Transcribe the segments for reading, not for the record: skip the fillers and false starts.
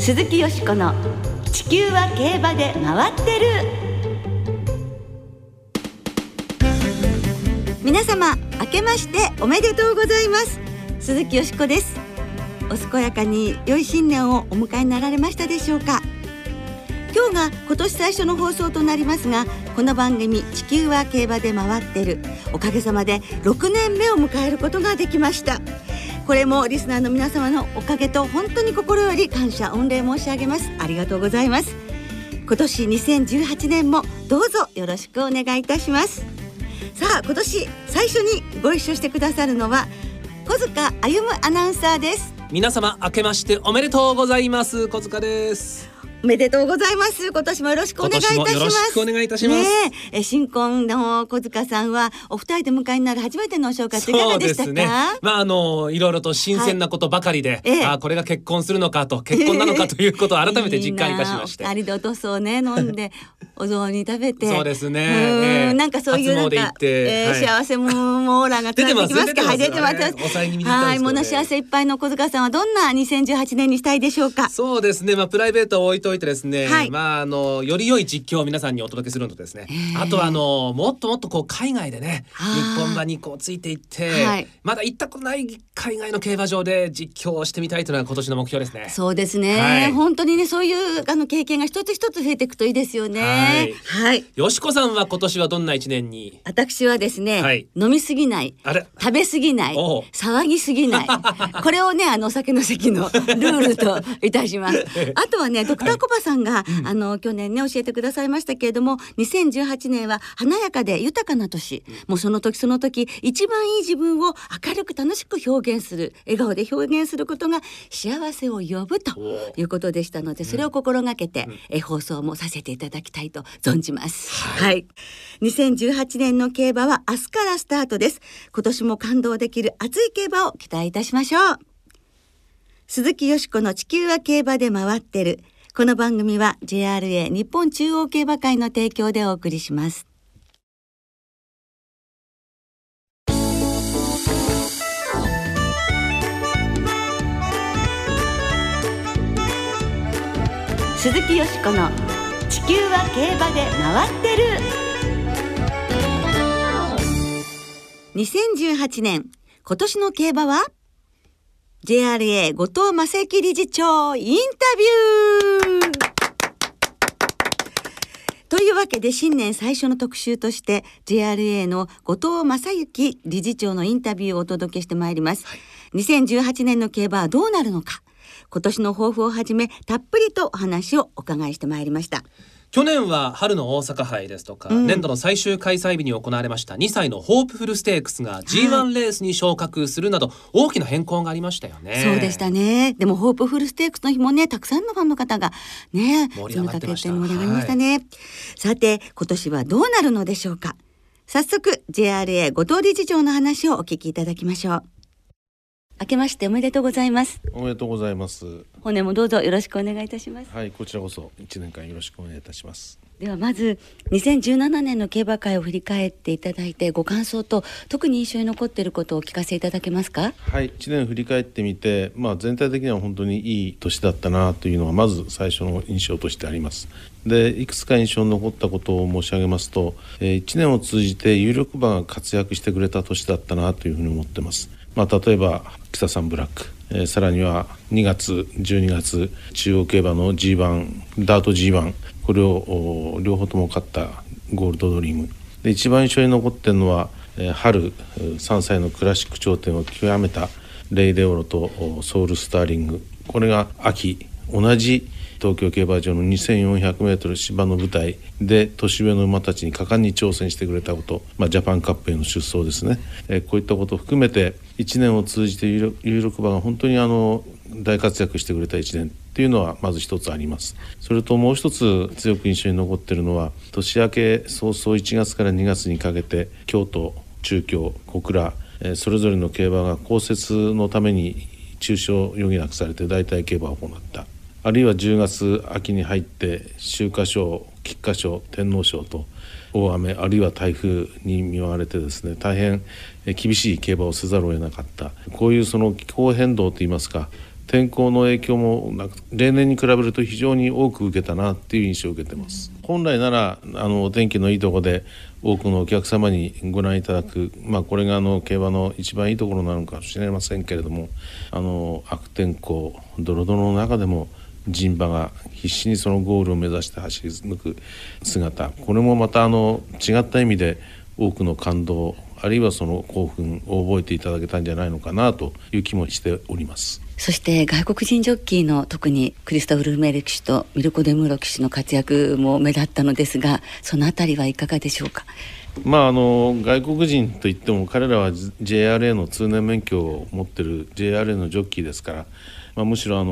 鈴木よしこの地球は競馬で回ってる。皆様明けましておめでとうございます。鈴木よしこです。お健やかに良い新年をお迎えになられましたでしょうか。今日が今年最初の放送となりますが、この番組地球は競馬で回ってる、おかげさまで6年目を迎えることができました。これもリスナーの皆様のおかげと本当に心より感謝御礼申し上げます。ありがとうございます。今年2018年もどうぞよろしくお願いいたします。さあ、今年最初にご一緒してくださるのは小塚歩アナウンサーです。 皆様明けましておめでとうございます。小塚です。 おめでとうございます。今年もよろしくお願いいたします。 今年もよろしくお願いいたします。 新婚の小塚さんはお二人で迎えになる初めてのお正月いかがでしたか。そうですね、 いろいろと新鮮なことばかりで、これが結婚するのかと、結婚なのかということを改めて実感いたしまして、 二人でお塗装ね飲んでお雑煮食べてそうですね、 なんかそういうなんか、幸せもオーラが伝わってきますか。はい、出てます。はい、物幸せいっぱいの小塚さんはどんな2018年にしたいでしょうか。 そうですね、プライベートを置いといてですね、より良い実況を皆さんにお届けするのとですね、あとはもっともっとこう海外でね、日本馬にこうついていって、まだ行ったことない海外の競馬場で実況をしてみたいというのが今年の目標ですね。 そうですね、本当にね、そういう経験が一つ一つ増えていくといいですよね。はい、 よしこさんは今年はどんな一年に。 私はですね、飲みすぎない、食べすぎない、騒ぎすぎないこれをね、お酒の席のルールといたしますあとはね、ドクターコバさんが、去年ね教えてくださいましたけれども、2018年は華やかで豊かな年、もうその時その時一番いい自分を明るく楽しく表現する、笑顔で表現することが幸せを呼ぶということでしたので、それを心がけて、放送もさせていただきたいと存じます。はい、2018年の競馬は明日からスタートです。今年も感動できる熱い競馬を期待いたしましょう。鈴木よしこの地球は競馬で回ってる。この番組は JRA 日本中央競馬会の提供でお送りします。鈴木よしこの地球は競馬で回ってる。2018年今年の競馬はJRA 後藤正幸理事長インタビューというわけで、新年最初の特集として JRA の後藤正幸理事長のインタビューをお届けしてまいります。2018年の競馬はどうなるのか、今年の抱負をはじめたっぷりとお話をお伺いしてまいりました。 去年は春の大阪杯ですとか、年度の最終開催日に行われました2歳のホープフルステークスが G1 レースに昇格するなど、大きな変更がありましたよね。 そうでしたね。でもホープフルステークスの日もね、たくさんのファンの方がね盛り上がってました。 盛り上がりましたね。さて、今年はどうなるのでしょうか。早速 JRA 後藤理事長の話をお聞きいただきましょう。明けましておめでとうございます。 おめでとうございます。 本年もどうぞよろしくお願いいたします。 はい、こちらこそ1年間よろしくお願いいたします。 ではまず2017年の競馬会を振り返っていただいて、ご感想と特に印象に残っていることをお聞かせいただけますか。 はい、1年振り返ってみて、全体的には本当にいい年だったなというのはまず最初の印象としてあります。で、いくつか印象に残ったことを申し上げますと、1年を通じて有力馬が活躍してくれた年だったなというふうに思ってます。例えばキササンブラック、さらには2月12月中央競馬の G1 ダート G1、 これを両方とも勝ったゴールドドリームで、一番印象に残っているのは春3歳のクラシック頂点を極めたレイデオロとソウルスターリング、これが秋同じ東京競馬場の 2400m 芝の舞台で年上の馬たちに果敢に挑戦してくれたこと、ジャパンカップへの出走ですね、こういったことを含めて1年を通じて有力馬が本当に大活躍してくれた1年っていうのはまず一つあります。それともう一つ強く印象に残っているのは、年明け早々1月から2月にかけて京都、中京、小倉、それぞれの競馬が降雪のために中止を余儀なくされて代替競馬を行った。あるいは10月秋に入って秋華賞、菊花賞、天皇賞と大雨あるいは台風に見舞われてですね、大変厳しい競馬をせざるを得なかった。こういうその気候変動といいますか、 天候の影響も例年に比べると非常に多く受けたなっていう印象を受けてます。本来ならお天気のいいところで多くのお客様にご覧いただく、これが競馬の一番いいところなのかもしれませんけれども、悪天候ドロドロの中でも人馬が必死にそのゴールを目指して走り抜く姿、これもまた違った意味で多くの感動あるいはその興奮を覚えていただけたんじゃないのかなという気もしております。 そして外国人ジョッキーの特にクリストフ・ルメール騎手とミルコ・デムーロ騎手の活躍も目立ったのですが、そのあたりはいかがでしょうか。 外国人といっても彼らは JRA の通年免許を持っている JRA のジョッキーですから、むしろ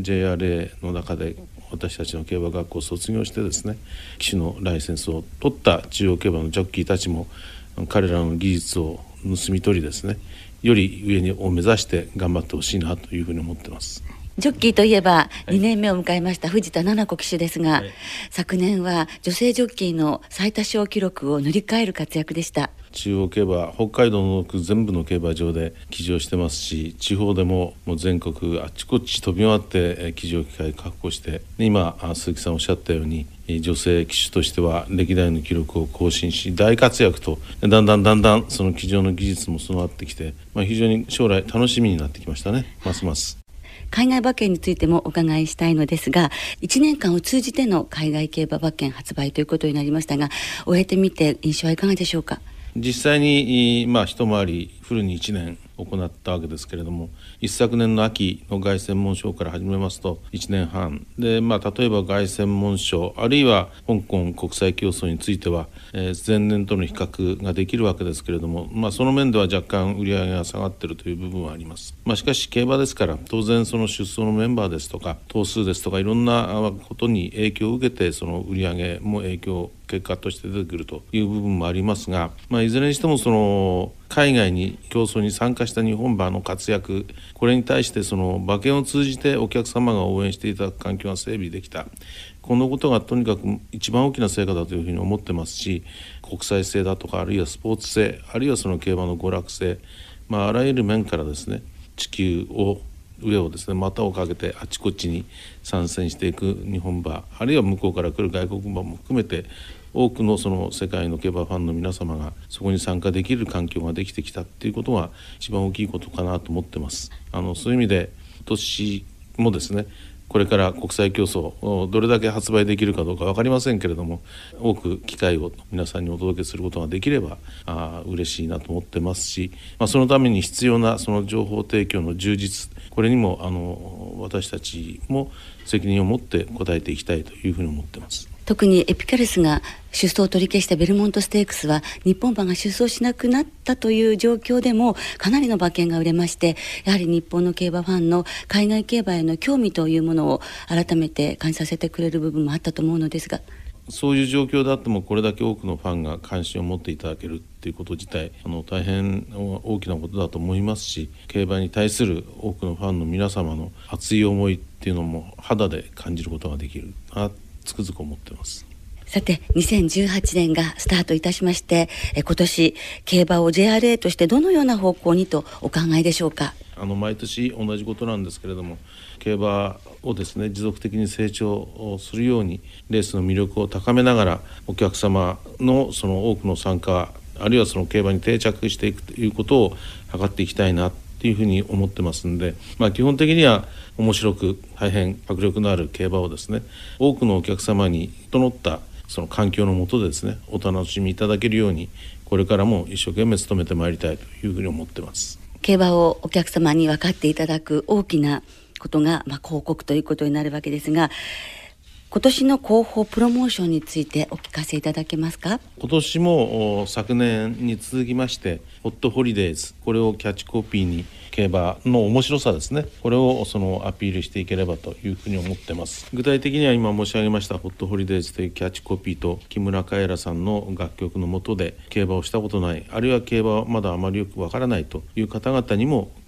JRA の中で私たちの競馬学校を卒業してですね、騎手のライセンスを取った中央競馬のジョッキーたちも彼らの技術を盗み取りですね、より上を目指して頑張ってほしいなというふうに思ってます。 ジョッキーといえば2年目を迎えました藤田七菜子騎手ですが、昨年は女性ジョッキーの最多勝記録を塗り替える活躍でした。 中央競馬北海道の全部の競馬場で騎乗してますし、地方でも全国あちこち飛び回って騎乗機会確保して、今鈴木さんおっしゃったように女性騎手としては歴代の記録を更新し大活躍と、だんだんその騎乗の技術も備わってきて、非常に将来楽しみになってきましたね。ますます海外馬券についてもお伺いしたいのですが、1年間を通じての海外競馬馬券発売ということになりましたが、終えてみて印象はいかがでしょうか。 実際に一回りフルに1年行ったわけですけれども、一昨年の秋の凱旋門賞から始めますと1年半で、例えば凱旋門賞あるいは香港国際競争については、前年との比較ができるわけですけれども、その面では若干売り上げが下がっているという部分はあります。しかし競馬ですから当然その出走のメンバーですとか頭数ですとかいろんなことに影響を受けて、その売り上げも結果として出てくるという部分もありますが、いずれにしてもその海外に競争に参加した日本馬の活躍、これに対してその馬券を通じてお客様が応援していただく環境が整備できた、このことがとにかく一番大きな成果だというふうに思ってますし、国際性だとかあるいはスポーツ性あるいはその競馬の娯楽性、あらゆる面からですね、地球を上をですね股をかけてあちこちに参戦していく日本馬あるいは向こうから来る外国馬も含めて多くのその世界の競馬ファンの皆様がそこに参加できる環境ができてきたっていうことが一番大きいことかなと思ってます。そういう意味で今年もですね、これから国際競争どれだけ発売できるかどうか分かりませんけれども、多く機会を皆さんにお届けすることができれば嬉しいなと思ってますし、そのために必要なその情報提供の充実、これにも私たちも責任を持って応えていきたいというふうに思ってます。 特にエピカルスが出走を取り消したベルモントステークスは日本馬が出走しなくなったという状況でもかなりの馬券が売れまして、やはり日本の競馬ファンの海外競馬への興味というものを改めて感じさせてくれる部分もあったと思うのですが、 そういう状況であってもこれだけ多くのファンが関心を持っていただけるっていうこと自体大変大きなことだと思いますし、競馬に対する多くのファンの皆様の熱い思いっていうのも肌で感じることができるな、つくづく思っています。 さて2018年がスタートいたしまして、今年競馬を JRA としてどのような方向にとお考えでしょうか。 毎年同じことなんですけれども、競馬をですね持続的に成長するようにレースの魅力を高めながらお客様のその多くの参加あるいはその競馬に定着していくということを図っていきたいなというふうに思ってますんで、基本的には面白く大変迫力のある競馬をですね多くのお客様に整ったその環境の下でですねお楽しみいただけるようにこれからも一生懸命努めてまいりたいというふうに思ってます。 競馬をお客様に分かっていただく大きなことが、広告ということになるわけですが、今年の広報プロモーションについてお聞かせいただけますか。 今年も昨年に続きましてホットホリデーズ、これをキャッチコピーに競馬の面白さですね、これをアピールしていければというふうに思ってます。具体的には今申し上げましたホットホリデーズというキャッチコピーと木村カエラさんの楽曲の下で競馬をしたことない、あるいは競馬はまだあまりよくわからないという方々にも競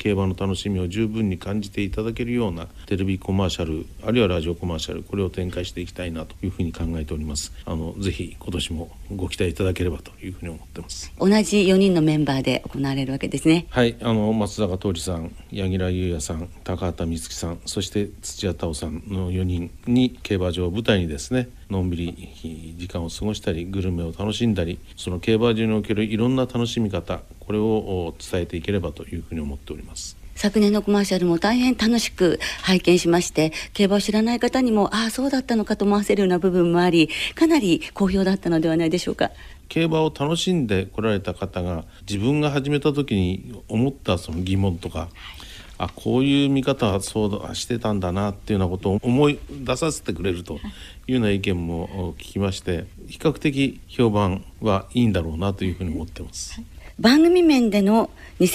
競馬の楽しみを十分に感じていただけるようなテレビコマーシャル、あるいはラジオコマーシャル、これを展開していきたいなというふうに考えております。ぜひ今年もご期待いただければというふうに思ってます。 同じ4人のメンバーで行われるわけですね。 はい、松坂桃李さん、柳楽優弥さん、高畑充希さん、そして土屋太鳳さんの4人に競馬場を舞台にですね、のんびり時間を過ごしたり、グルメを楽しんだり、その競馬場におけるいろんな楽しみ方、これを伝えていければというふうに思っております。 昨年のコマーシャルも大変楽しく拝見しまして、競馬を知らない方にもそうだったのかと思わせるような部分もあり、かなり好評だったのではないでしょうか。 競馬を楽しんで来られた方が自分が始めた時に思ったその疑問とか、こういう見方はそうしてたんだなっていうようなことを思い出させてくれるというような意見も聞きまして、比較的評判はいいんだろうなというふうに思っています。 番組面での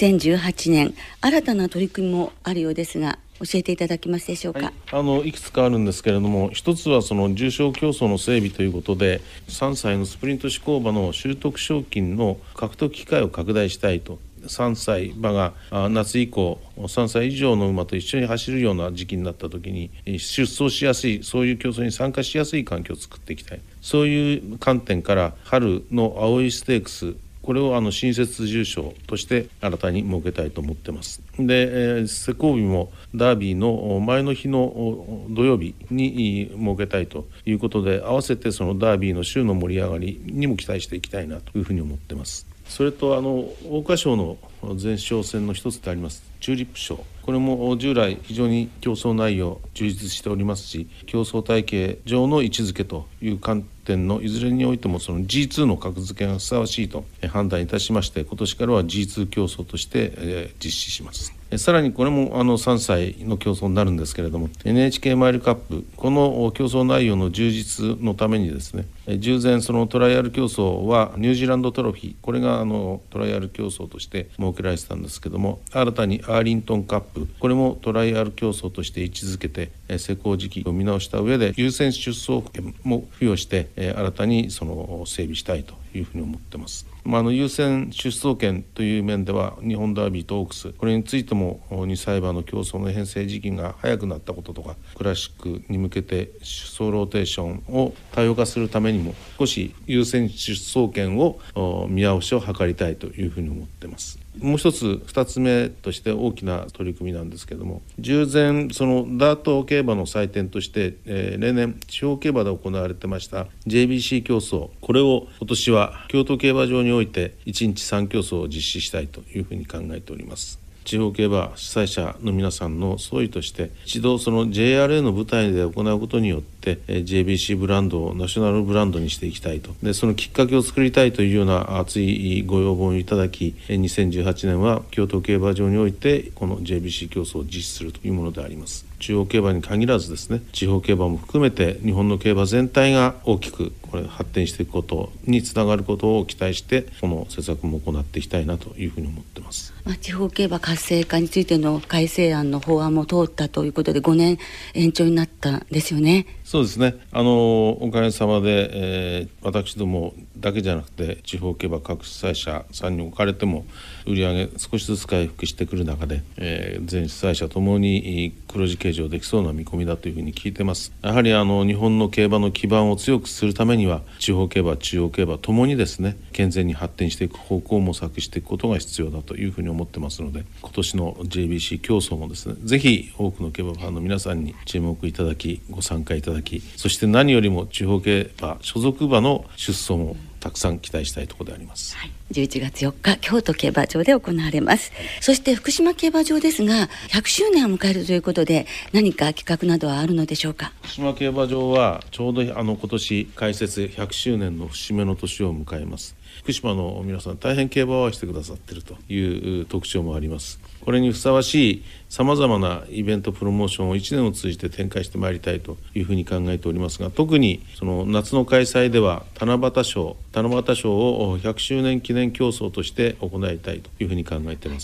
2018年新たな取り組みもあるようですが、教えていただけますでしょうか。 いくつかあるんですけれども、一つはその重賞競争の整備ということで、3歳のスプリント志向馬の習得賞金の獲得機会を拡大したいと。3歳馬が夏以降3歳以上の馬と一緒に走るような時期になった時に出走しやすい、そういう競争に参加しやすい環境を作っていきたい、そういう観点から春の青いステークス、これを新設重賞として新たに設けたいと思ってます。で、施行日もダービーの前の日の土曜日に設けたいということで、合わせてそのダービーの週の盛り上がりにも期待していきたいなというふうに思ってます。それと桜花賞の前哨戦の一つでありますチューリップ賞、これも従来非常に競争内容充実しておりますし、競争体系上の位置づけという観点のいずれにおいてもその G2 の格付けがふさわしいと判断いたしまして、今年からは G2 競争として実施します。さらにこれも3歳の競争になるんですけれども、 NHK マイルカップ、この競争内容の充実のためにですね、従前そのトライアル競争はニュージーランドトロフィー、これがトライアル競争として設けられてたんですけども、新たにアーリントンカップ、これもトライアル競争として位置づけて施行時期を見直した上で優先出走権も付与して新たにその整備したいというふうに思ってます。優先出走権という面では日本ダービーとオークス、これについても2歳馬の競争の編成時期が早くなったこととか、クラシックに向けて出走ローテーションを多様化するためにも少し優先出走権を見直しを図りたいというふうに思っています。もう一つ2つ目として大きな取り組みなんですけども、従前そのダート競馬の祭典として、例年地方競馬で行われてました JBC 競争、これを今年は京都競馬場において1日3競争を実施したいというふうに考えております。地方競馬主催者の皆さんの総意として一度その JRA の舞台で行うことによって、JBC ブランドをナショナルブランドにしていきたいと、でそのきっかけを作りたいというような熱いご要望をいただき、2018年は京都競馬場においてこの JBC 競争を実施するというものであります。中央競馬に限らずですね、地方競馬も含めて日本の競馬全体が大きく発展していくことにつながることを期待して、この施策も行っていきたいなというふうに思っています。 地方競馬活性化についての改正案の法案も通ったということで5年延長になったんですよね。 そうですね、おかげさまで、私どもだけじゃなくて地方競馬各主催者さんにおかれても売上少しずつ回復してくる中で、全主催者ともに黒字計上できそうな見込みだというふうに聞いてます。やはり日本の競馬の基盤を強くするためには地方競馬中央競馬ともにですね、健全に発展していく方向を模索していくことが必要だというふうに思ってますので、今年の JBC 競争もですね、ぜひ多くの競馬ファンの皆さんに注目いただき、ご参加いただき、そして何よりも地方競馬所属馬の出走もたくさん期待したいところであります。 11月4日京都競馬場で行われます。そして福島競馬場ですが100周年を迎えるということで、何か企画などはあるのでしょうか。 福島競馬場はちょうど今年開設100周年の節目の年を迎えます。福島の皆さん大変競馬を愛してくださっているという特徴もあります。これにふさわしいさまざまなイベントプロモーションを1年を通じて展開してまいりたいというふうに考えておりますが、特にその夏の開催では七夕賞を100周年記念競争として行いたいというふうに考えています。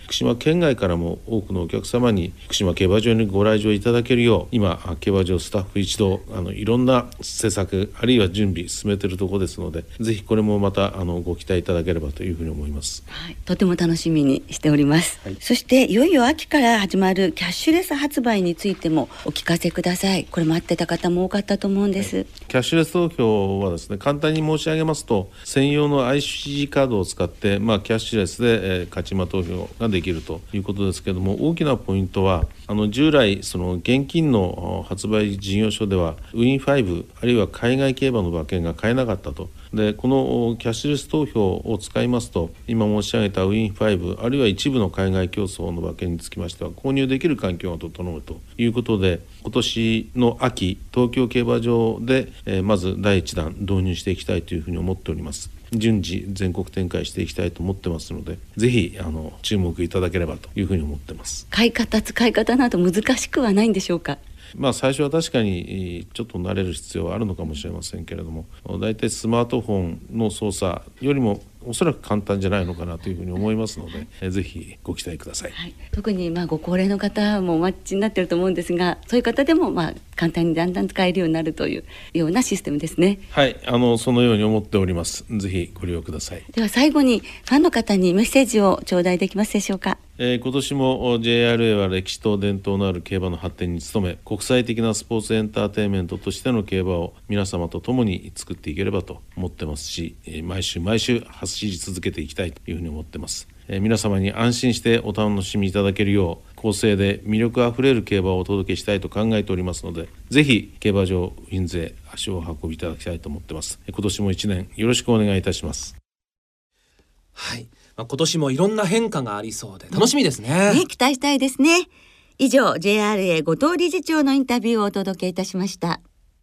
福島県外からも多くのお客様に福島競馬場にご来場いただけるよう、今競馬場スタッフ一同いろんな施策あるいは準備進めているところですので、ぜひこれもまたご期待いただければというふうに思います。 はい、とても楽しみにしております、はい、そしていよいよ秋から始まるキャッシュレス発売についてもお聞かせください。これ待ってた方も多かったと思うんです、はい、 キャッシュレス投票はですね、簡単に申し上げますと、専用の IC カードを使って、キャッシュレスで、勝ち馬投票ができるということですけれども、大きなポイントは従来その現金の発売事業所ではウィン5あるいは海外競馬の馬券が買えなかったと。でこのキャッシュレス投票を使いますと、今申し上げたウィン5あるいは一部の海外競争の馬券につきましては購入できる環境が整うということで、今年の秋東京競馬場で、まず第一弾導入していきたいというふうに思っております。順次全国展開していきたいと思ってますので、ぜひ注目いただければというふうに思ってます。 買い方使い方など難しくはないんでしょうか。 最初は確かにちょっと慣れる必要はあるのかもしれませんけれども、だいたいスマートフォンの操作よりもおそらく簡単じゃないのかなというふうに思いますので、ぜひご期待ください、はい、 特にご高齢の方もお待ちになっていると思うんですが、そういう方でも簡単にだんだん使えるようになるというようなシステムですね。 はい、そのように思っております。ぜひご利用ください。 では最後にファンの方にメッセージを頂戴できますでしょうか。 今年も JRA は歴史と伝統のある競馬の発展に努め、国際的なスポーツエンターテインメントとしての競馬を皆様と共に作っていければと思ってますし、毎週走り続けていきたいというふうに思ってます。皆様に安心してお楽しみいただけるよう、公正で魅力あふれる競馬をお届けしたいと考えておりますので、ぜひ競馬場ウィンズへ足を運びいただきたいと思ってます。今年も1年よろしくお願いいたします。 はい、今年もいろんな変化がありそうで楽しみですね。 期待したいですね。以上 JRA 後藤理事長のインタビューをお届けいたしました。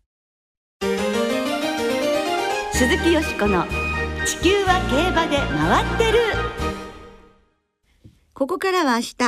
鈴木よしこの地球は競馬で回ってる。ここからは明日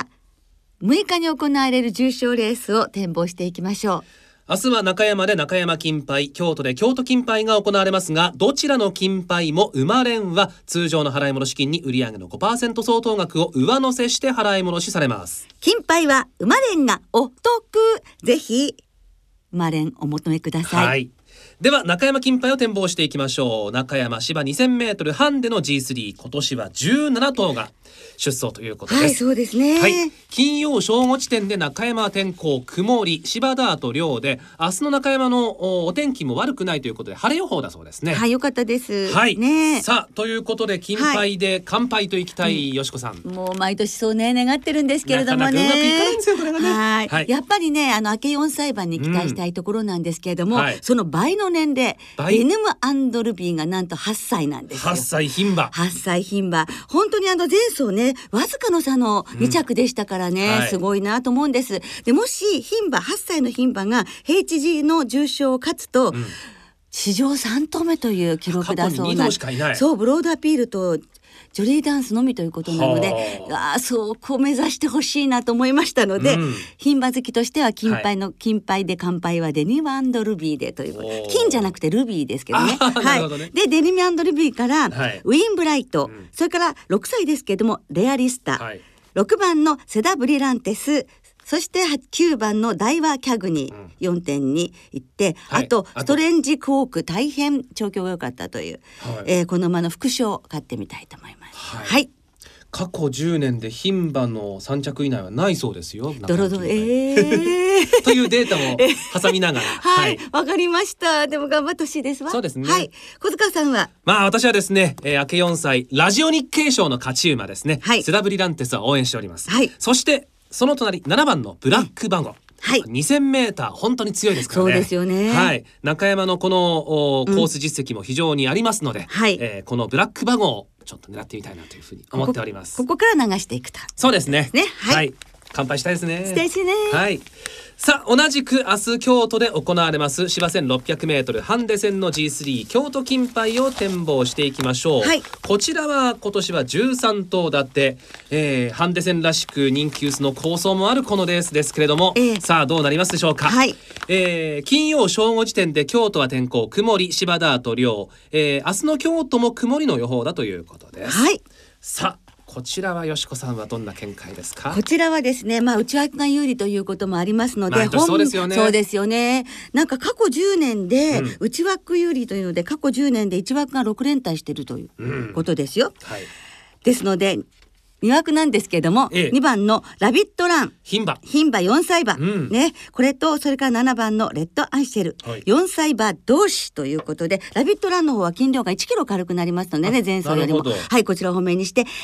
6日に行われる重賞レースを展望していきましょう。 明日は中山で中山金杯、京都で京都金杯が行われますが、どちらの金杯も馬連は通常の払い戻し金に売上の 5% 相当額を上乗せして払い戻しされます。 金杯は馬連がお得。ぜひ馬連お求めください。 はい、では中山金杯を展望していきましょう。中山芝 2000m ハンデの G3、 今年は17頭が出走ということです。 はい、そうですね。 はい、金曜正午時点で中山は天候曇り、芝ダート涼で、明日の中山のお天気も悪くないということで晴れ予報だそうですね。 はい、よかったです。 はい、 ね、 さあということで金杯で乾杯といきたいよしこさん、 もう毎年そうね願ってるんですけれどもね、 なかなかうまくいかないんですよこれがね。 はい、やっぱりね明け4歳馬に期待したいところなんですけれども、その倍の年齢デヌムアンドルビーがなんと8歳なんですよ。 8歳牝馬。 8歳牝馬、本当に前走ねわずかの差の2着でしたからね、すごいなと思うんです。でもし牝馬8歳の牝馬が平地 G の重賞を勝つと、史上3頭目という記録だそうなんです。そう、ブロードアピールとジョリーダンスのみということなので、そうこう目指してほしいなと思いましたので、牝馬好きとしては金杯で乾杯はデニムアンドルビーでということ、金じゃなくてルビーですけどね。でデニムアンドルビーから、ウィンブライト、それから6歳ですけれどもレアリスタ、6番のセダブリランテス、そして9番のダイワキャグニー 4点に行って、あとストレンジクォーク、大変調教が良かったという、この馬の副賞を買ってみたいと思います。はい、 過去10年で牝馬の3着以内はないそうですよ。 ドロドロというデータも挟みながらはい、わかりました。でも頑張ってほしいですわ。 そうですね。 はい、小塚さんは私はですね、明け4歳ラジオ日経賞の勝ち馬ですね、セダブリランテスは応援しております。そしてその隣7番のブラックバゴ、2000m 本当に強いですからね。 そうですよね。 はい、中山のこのコース実績も非常にありますので、このブラックバゴをちょっと狙ってみたいなというふうに思っております。 ここから流していくと。 そうですね。 はい、 乾杯したいですね。 したいですね。 はい。さあ同じく明日京都で行われます芝 1600m ハンデ戦の G3 京都金杯を展望していきましょう。こちらは今年は13頭だって、ハンデ戦らしく人気薄の構想もあるこのレースですけれども、さあどうなりますでしょうか。金曜正午時点で京都は天候曇り、芝ダート涼、明日の京都も曇りの予報だということです。さあこちらはよしこさんはどんな見解ですか？ こちらはですね、内枠が有利ということもありますので、 そうですよね。 そうですよね。なんか過去10年で内枠有利というので、過去10年で1枠が6連敗しているということですよ。 はい、 ですので2枠なんですけれども、2番のラビットラン牝馬 4歳馬、ね、これとそれから7番のレッドアイシェル、4歳馬同士ということで、ラビットランの方は斤量が1キロ軽くなりますのでね、前走よりも、はい、こちらを方面にして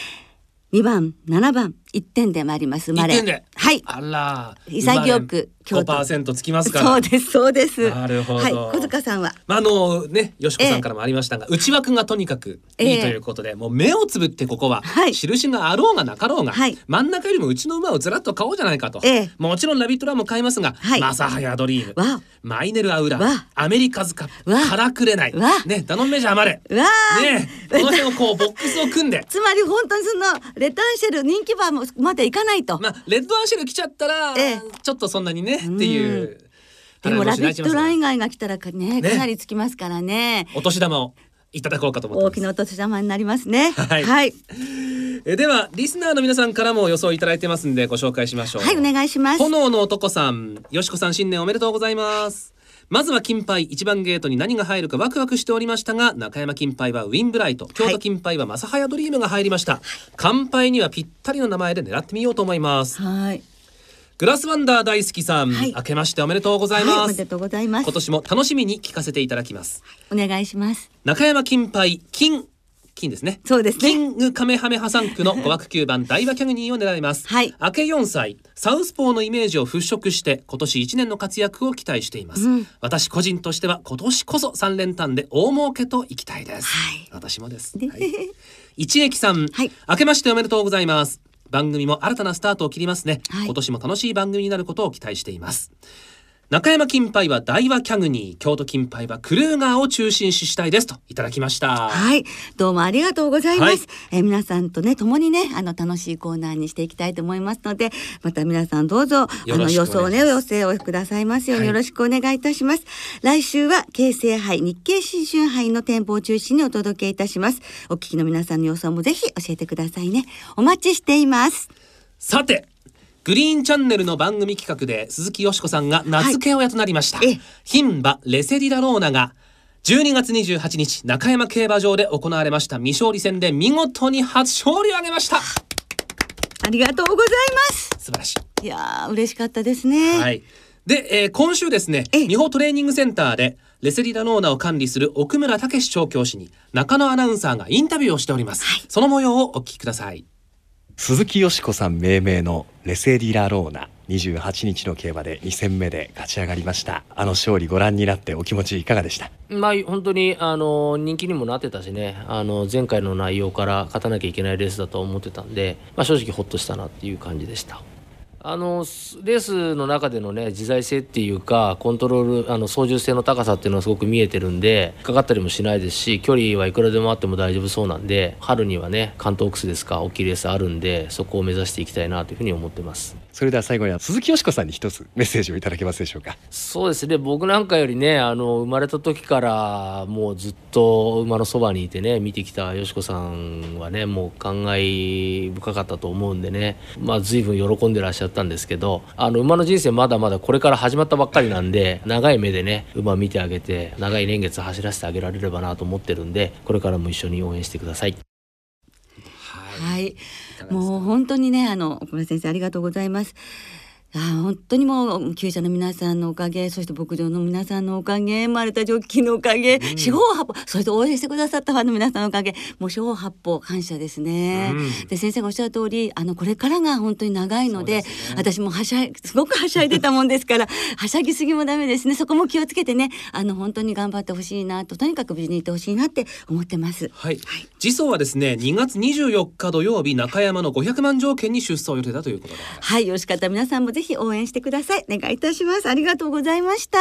2番7番1点で参ります。 1点で、 はい、 あら潔く 5% つきますから。 そうですそうです。 なるほど。 はい、小塚さんはね、よしこさんからもありましたが、内枠がとにかくいいということで、もう目をつぶってここは、印があろうがなかろうが、真ん中よりもうちの馬をずらっと買おうじゃないかと、もちろんラビットランも買いますが、マサハヤドリーム、マイネルアウラ、アメリカズカップ、カラクレナイ、ね、ダノンメジャーまで、ね、この辺をこうボックスを組んでつまり本当にそのレッドアンシェル人気馬までいかないと、 レッドアンシェル来ちゃったら、ちょっとそんなにねっていう。 でもラビットラン以外が来たらね、かなりつきますからね。 お年玉をいただこうかと思ってます。 大きなお年玉になりますね。 はい。ではリスナーの皆さんからも予想いただいてますんでご紹介しましょう。 はい、お願いします。 炎の男さん、よしこさん新年おめでとうございます。まずは金杯1番ゲートに何が入るかワクワクしておりましたが、中山金杯はウィンブライト、京都金杯はマサハヤドリームが入りました。乾杯にはぴったりの名前で狙ってみようと思います。 はい。 グラスワンダー大好きさん、明けましておめでとうございます。 おめでとうございます。 今年も楽しみに聞かせていただきます。 お願いします。 中山金杯金ですね。 そうですね。 キングカメハメハ3区の5枠9番大和キャグニーを狙います。明け4歳、サウスポーのイメージを払拭して今年1年の活躍を期待しています。私個人としては今年こそ3連単で大儲けといきたいです。私もです。一撃さん、明けましておめでとうございます。番組も新たなスタートを切りますね。今年も楽しい番組になることを期待しています。中山金杯は大和キャグニー、京都金杯はクルーガーを中心視したいですといただきました。 はい、どうもありがとうございます。皆さんとね共にね楽しいコーナーにしていきたいと思いますので、また皆さんどうぞ予想ねお寄せをくださいますようによろしくお願いいたします。来週は京成杯、日経新春杯の展望を中心にお届けいたします。お聞きの皆さんの予想もぜひ教えてくださいね。お待ちしています。 さて、グリーンチャンネルの番組企画で鈴木よしこさんが名付け親となりました。牝馬レセディラローナが12月28日中山競馬場で行われました未勝利戦で見事に初勝利を挙げました。 ありがとうございます。 素晴らしい。 いや嬉しかったですね。 で、今週ですね、美穂トレーニングセンターでレセディラローナを管理する奥村武史調教師に中野アナウンサーがインタビューをしております。その模様をお聞きください。 鈴木よしこさん命名のレセディラローナ、28日の競馬で2戦目で勝ち上がりました。勝利ご覧になってお気持ちいかがでした？ 本当に人気にもなってたしね、前回の内容から勝たなきゃいけないレースだと思ってたんで、正直ホッとしたなっていう感じでした。レースの中でのね自在性っていうかコントロール操縦性の高さっていうのはすごく見えてるんで、かかったりもしないですし、距離はいくらでもあっても大丈夫そうなんで、春にはね関東オークスですか、大きいレースあるんで、そこを目指していきたいなというふうに思ってます。 それでは最後には鈴木よしこさんに一つメッセージをいただけますでしょうか？ そうですね、僕なんかよりね生まれた時からもうずっと馬のそばにいてね見てきたよしこさんはね、もう感慨深かったと思うんでね、随分喜んでらっしゃったんですけど、馬の人生まだまだこれから始まったばっかりなんで、長い目でね馬見てあげて長い年月走らせてあげられればなと思ってるんで、これからも一緒に応援してください。 はい、もう本当にね奥村先生ありがとうございます。本当にもう厩舎の皆さんのおかげ、そして牧場の皆さんのおかげ、生まれたジョッキーのおかげ、四方八方、そして応援してくださったファンの皆さんのおかげ、もう四方八方感謝ですね。で先生がおっしゃる通りこれからが本当に長いので、私もすごくはしゃいでたもんですからはしゃぎすぎもダメですね。そこも気をつけてね本当に頑張ってほしいなと、とにかく無事にいてほしいなって思ってます。 次走はですね2月24日土曜日中山の500万条件に出走予定だということで、 よろしかったら皆さんもぜひ応援してください。お願いいたします。ありがとうございました。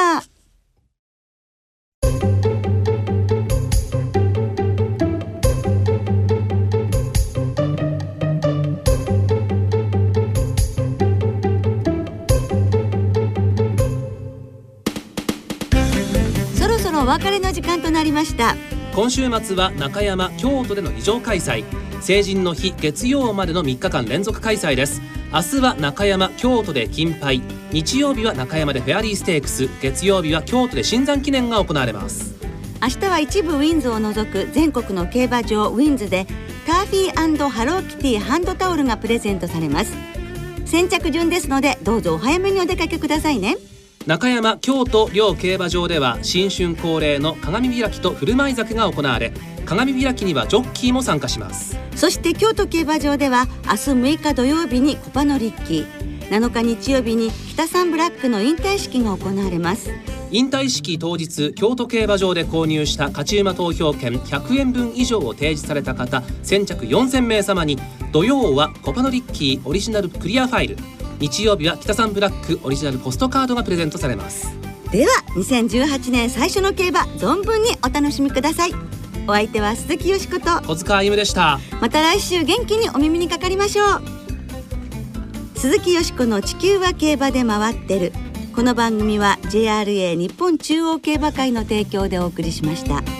そろそろお別れの時間となりました。 今週末は中山、京都での2場開催。 成人の日月曜までの3日間連続開催です。明日は中山、京都で金杯、日曜日は中山でフェアリーステークス、月曜日は京都で新山記念が行われます。 明日は一部ウィンズを除く全国の競馬場ウィンズでターフィー&ハローキティハンドタオルがプレゼントされます。先着順ですのでどうぞお早めにお出かけくださいね。 中山、京都両競馬場では新春恒例の鏡開きと振る舞い酒が行われ、鏡開きにはジョッキーも参加します。 そして京都競馬場では明日6日土曜日にコパノリッキー、7日日曜日に北サンブラックの引退式が行われます。 引退式当日、京都競馬場で購入した勝ち馬投票券100円分以上を提示された方先着4000名様に、土曜はコパノリッキーオリジナルクリアファイル、日曜日は北サンブラックオリジナルポストカードがプレゼントされます。 では2018年最初の競馬存分にお楽しみください。お相手は鈴木よしこと小塚あゆむでした。 また来週元気にお耳にかかりましょう。鈴木よしこの地球は競馬で回ってる。この番組は JRA 日本中央競馬会の提供でお送りしました。